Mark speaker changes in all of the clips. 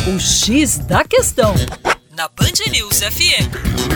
Speaker 1: O X da Questão, na Band News FM.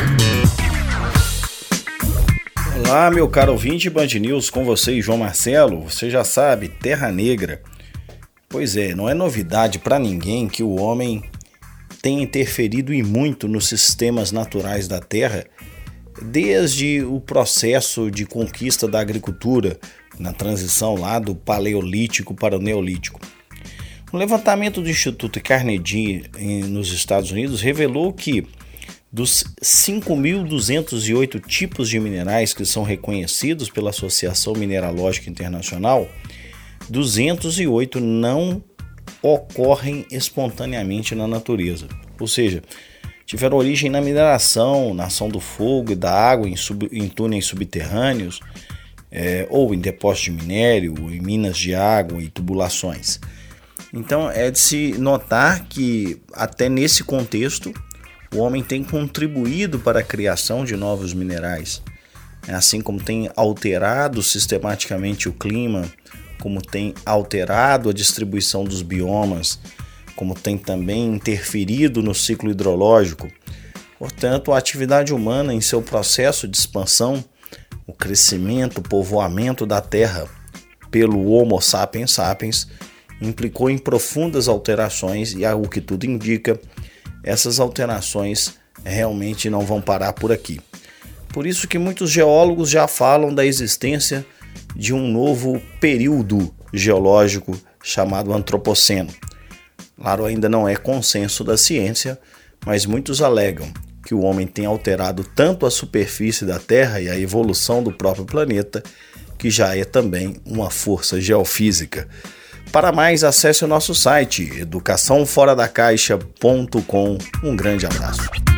Speaker 2: Olá, meu caro ouvinte Band News, com você, João Marcelo. Você já sabe, Terra Negra. Pois é, não é novidade para ninguém que o homem tem interferido e muito nos sistemas naturais da Terra, desde o processo de conquista da agricultura, na transição lá do Paleolítico para o Neolítico. Um levantamento do Instituto Carnegie nos Estados Unidos revelou que dos 5.208 tipos de minerais que são reconhecidos pela Associação Mineralógica Internacional, 208 não ocorrem espontaneamente na natureza, ou seja, tiveram origem na mineração, na ação do fogo e da água em túneis subterrâneos, ou em depósitos de minério, em minas de água e tubulações. Então é de se notar que até nesse contexto o homem tem contribuído para a criação de novos minerais, assim como tem alterado sistematicamente o clima, como tem alterado a distribuição dos biomas, como tem também interferido no ciclo hidrológico. Portanto, a atividade humana em seu processo de expansão, o crescimento, o povoamento da Terra pelo Homo sapiens sapiens, implicou em profundas alterações e, o que tudo indica, essas alterações realmente não vão parar por aqui. Por isso que muitos geólogos já falam da existência de um novo período geológico chamado Antropoceno. Claro, ainda não é consenso da ciência, mas muitos alegam que o homem tem alterado tanto a superfície da Terra e a evolução do próprio planeta, que já é também uma força geofísica. Para mais, acesse o nosso site educaçãoforadacaixa.com. Um grande abraço.